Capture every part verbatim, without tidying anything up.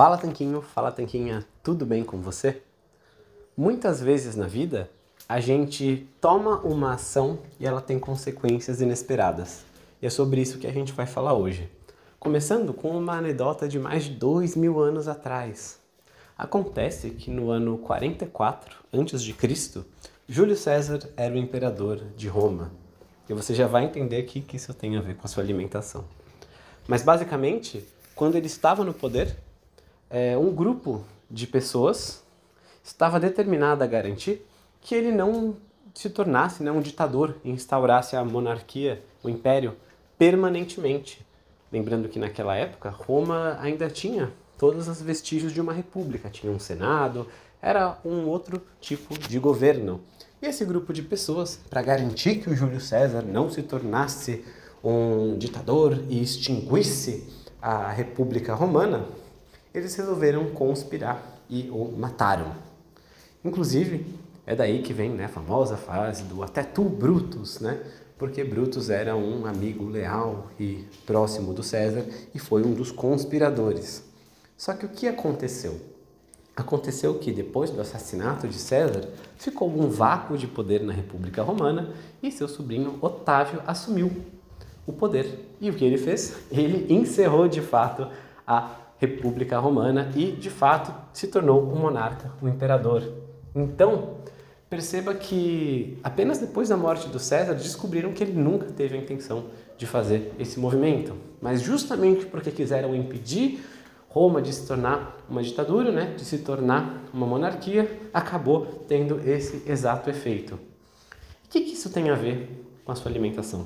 Fala Tanquinho, fala Tanquinha, tudo bem com você? Muitas vezes na vida a gente toma uma ação e ela tem consequências inesperadas. E é sobre isso que a gente vai falar hoje. Começando com uma anedota de mais de dois mil anos atrás. Acontece que no ano quarenta e quatro antes de Cristo, Júlio César era o imperador de Roma. E você já vai entender aqui que isso tem a ver com a sua alimentação. Mas basicamente, quando ele estava no poder, é, um grupo de pessoas estava determinado a garantir que ele não se tornasse, né, um ditador e instaurasse a monarquia, o império, permanentemente. Lembrando que naquela época, Roma ainda tinha todos os vestígios de uma república. Tinha um senado, era um outro tipo de governo. E esse grupo de pessoas, para garantir que o Júlio César não se tornasse um ditador e extinguisse a República Romana, eles resolveram conspirar e o mataram. Inclusive, é daí que vem, né, a famosa frase do até tu, Brutus, né? Porque Brutus era um amigo leal e próximo do César e foi um dos conspiradores. Só que o que aconteceu? Aconteceu que depois do assassinato de César, ficou um vácuo de poder na República Romana e seu sobrinho Otávio assumiu o poder. E o que ele fez? Ele encerrou de fato a República Romana e de fato se tornou um monarca, um imperador. Então, perceba que apenas depois da morte do César descobriram que ele nunca teve a intenção de fazer esse movimento. Mas justamente porque quiseram impedir Roma de se tornar uma ditadura, né, de se tornar uma monarquia, acabou tendo esse exato efeito. O que, que isso tem a ver com a sua alimentação?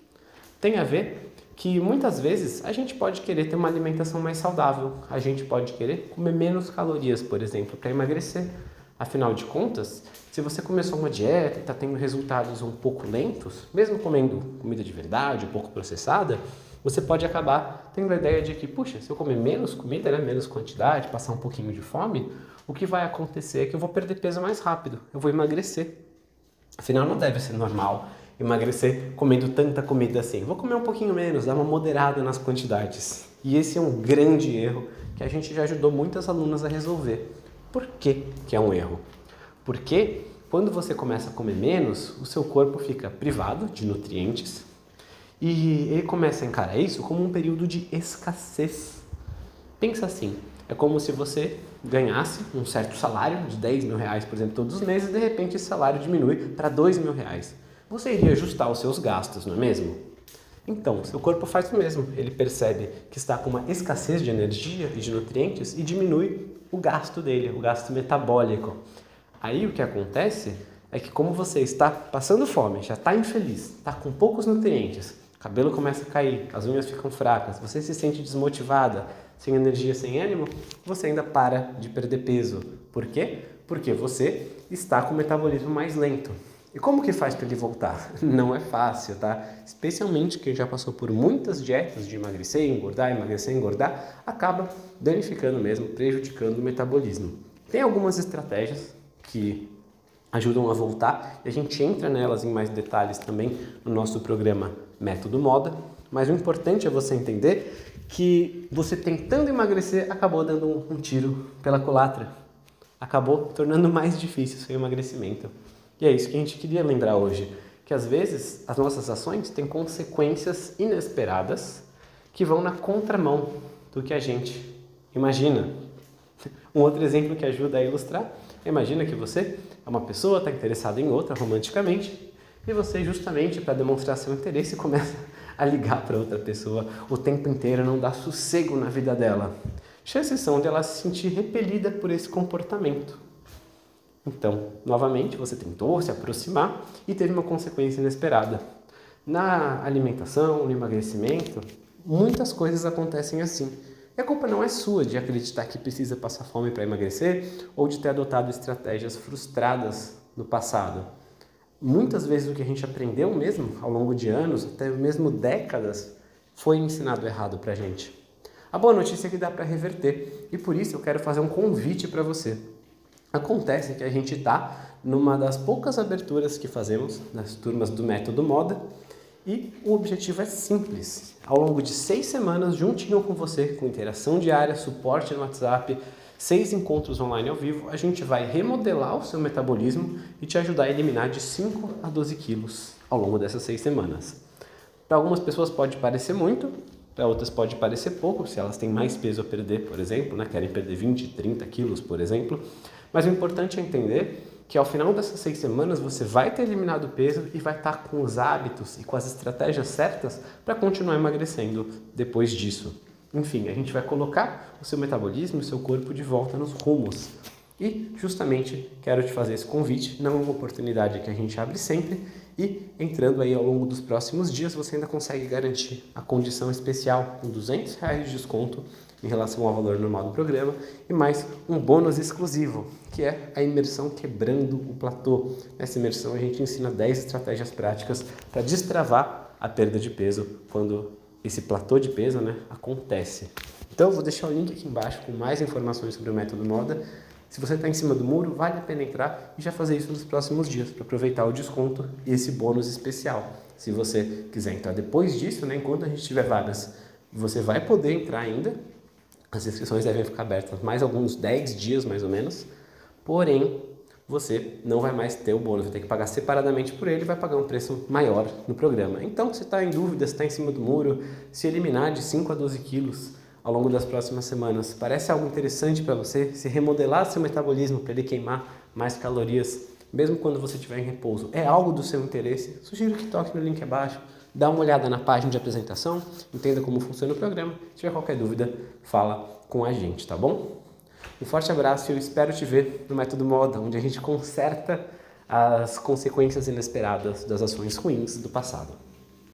Tem a ver que muitas vezes a gente pode querer ter uma alimentação mais saudável, a gente pode querer comer menos calorias, por exemplo, para emagrecer. Afinal de contas, se você começou uma dieta e está tendo resultados um pouco lentos, mesmo comendo comida de verdade, um pouco processada, você pode acabar tendo a ideia de que, puxa, se eu comer menos comida, né, menos quantidade, passar um pouquinho de fome, o que vai acontecer é que eu vou perder peso mais rápido, eu vou emagrecer. Afinal, não deve ser normal emagrecer comendo tanta comida assim. Vou comer um pouquinho menos, dar uma moderada nas quantidades. E esse é um grande erro que a gente já ajudou muitas alunas a resolver. Por que que é um erro? Porque quando você começa a comer menos, o seu corpo fica privado de nutrientes e ele começa a encarar isso como um período de escassez. Pensa assim, é como se você ganhasse um certo salário de dez mil reais, por exemplo, todos os meses e de repente esse salário diminui para dois mil reais. Você iria ajustar os seus gastos, não é mesmo? Então, seu corpo faz o mesmo. Ele percebe que está com uma escassez de energia e de nutrientes e diminui o gasto dele, o gasto metabólico. Aí o que acontece é que como você está passando fome, já está infeliz, está com poucos nutrientes, o cabelo começa a cair, as unhas ficam fracas, você se sente desmotivada, sem energia, sem ânimo, você ainda para de perder peso. Por quê? Porque você está com o metabolismo mais lento. E como que faz para ele voltar? Não é fácil, tá? Especialmente quem já passou por muitas dietas de emagrecer, engordar, emagrecer, engordar, acaba danificando mesmo, prejudicando o metabolismo. Tem algumas estratégias que ajudam a voltar e a gente entra nelas em mais detalhes também no nosso programa Método Moda, mas o importante é você entender que você tentando emagrecer acabou dando um, um tiro pela culatra, acabou tornando mais difícil o seu emagrecimento. E é isso que a gente queria lembrar hoje, que às vezes as nossas ações têm consequências inesperadas que vão na contramão do que a gente imagina. Um outro exemplo que ajuda a ilustrar, imagina que você é uma pessoa, está interessada em outra romanticamente, e você justamente para demonstrar seu interesse começa a ligar para outra pessoa o tempo inteiro, não dá sossego na vida dela. Chances são de ela se sentir repelida por esse comportamento. Então, novamente, você tentou se aproximar e teve uma consequência inesperada. Na alimentação, no emagrecimento, muitas coisas acontecem assim. E a culpa não é sua de acreditar que precisa passar fome para emagrecer ou de ter adotado estratégias frustradas no passado. Muitas vezes o que a gente aprendeu mesmo ao longo de anos, até mesmo décadas, foi ensinado errado para a gente. A boa notícia é que dá para reverter e por isso eu quero fazer um convite para você. Acontece que a gente está numa das poucas aberturas que fazemos nas turmas do Método Moda E o objetivo é simples. Ao longo de seis semanas, juntinho com você, com interação diária, suporte no WhatsApp, seis encontros online ao vivo, a gente vai remodelar o seu metabolismo e te ajudar a eliminar de cinco a doze quilos ao longo dessas seis semanas. Para algumas pessoas pode parecer muito, para outras pode parecer pouco, se elas têm mais peso a perder, por exemplo, né? Querem perder vinte, trinta quilos, por exemplo. Mas o importante é entender que ao final dessas seis semanas você vai ter eliminado o peso e vai estar com os hábitos e com as estratégias certas para continuar emagrecendo depois disso. Enfim, a gente vai colocar o seu metabolismo e o seu corpo de volta nos rumos. E justamente quero te fazer esse convite, não é uma oportunidade que a gente abre sempre, e entrando aí ao longo dos próximos dias você ainda consegue garantir a condição especial com duzentos reais de desconto em relação ao valor normal do programa e mais um bônus exclusivo, que é a imersão quebrando o platô. Nessa imersão a gente ensina dez estratégias práticas para destravar a perda de peso quando esse platô de peso, né, acontece. Então eu vou deixar o link aqui embaixo com mais informações sobre o método Moda. Se você está em cima do muro, vale a pena entrar e já fazer isso nos próximos dias para aproveitar o desconto e esse bônus especial. Se você quiser entrar depois disso, né, enquanto a gente tiver vagas, você vai poder entrar ainda. As inscrições devem ficar abertas mais alguns dez dias, mais ou menos. Porém, você não vai mais ter o bônus, vai ter que pagar separadamente por ele e vai pagar um preço maior no programa. Então, se está em dúvida, se está em cima do muro, se eliminar de cinco a doze quilos ao longo das próximas semanas, parece algo interessante para você, se remodelar seu metabolismo para ele queimar mais calorias, mesmo quando você estiver em repouso, é algo do seu interesse, sugiro que toque no link abaixo, dá uma olhada na página de apresentação, entenda como funciona o programa, se tiver qualquer dúvida, fala com a gente, tá bom? Um forte abraço e eu espero te ver no Método Moda, onde a gente conserta as consequências inesperadas das ações ruins do passado.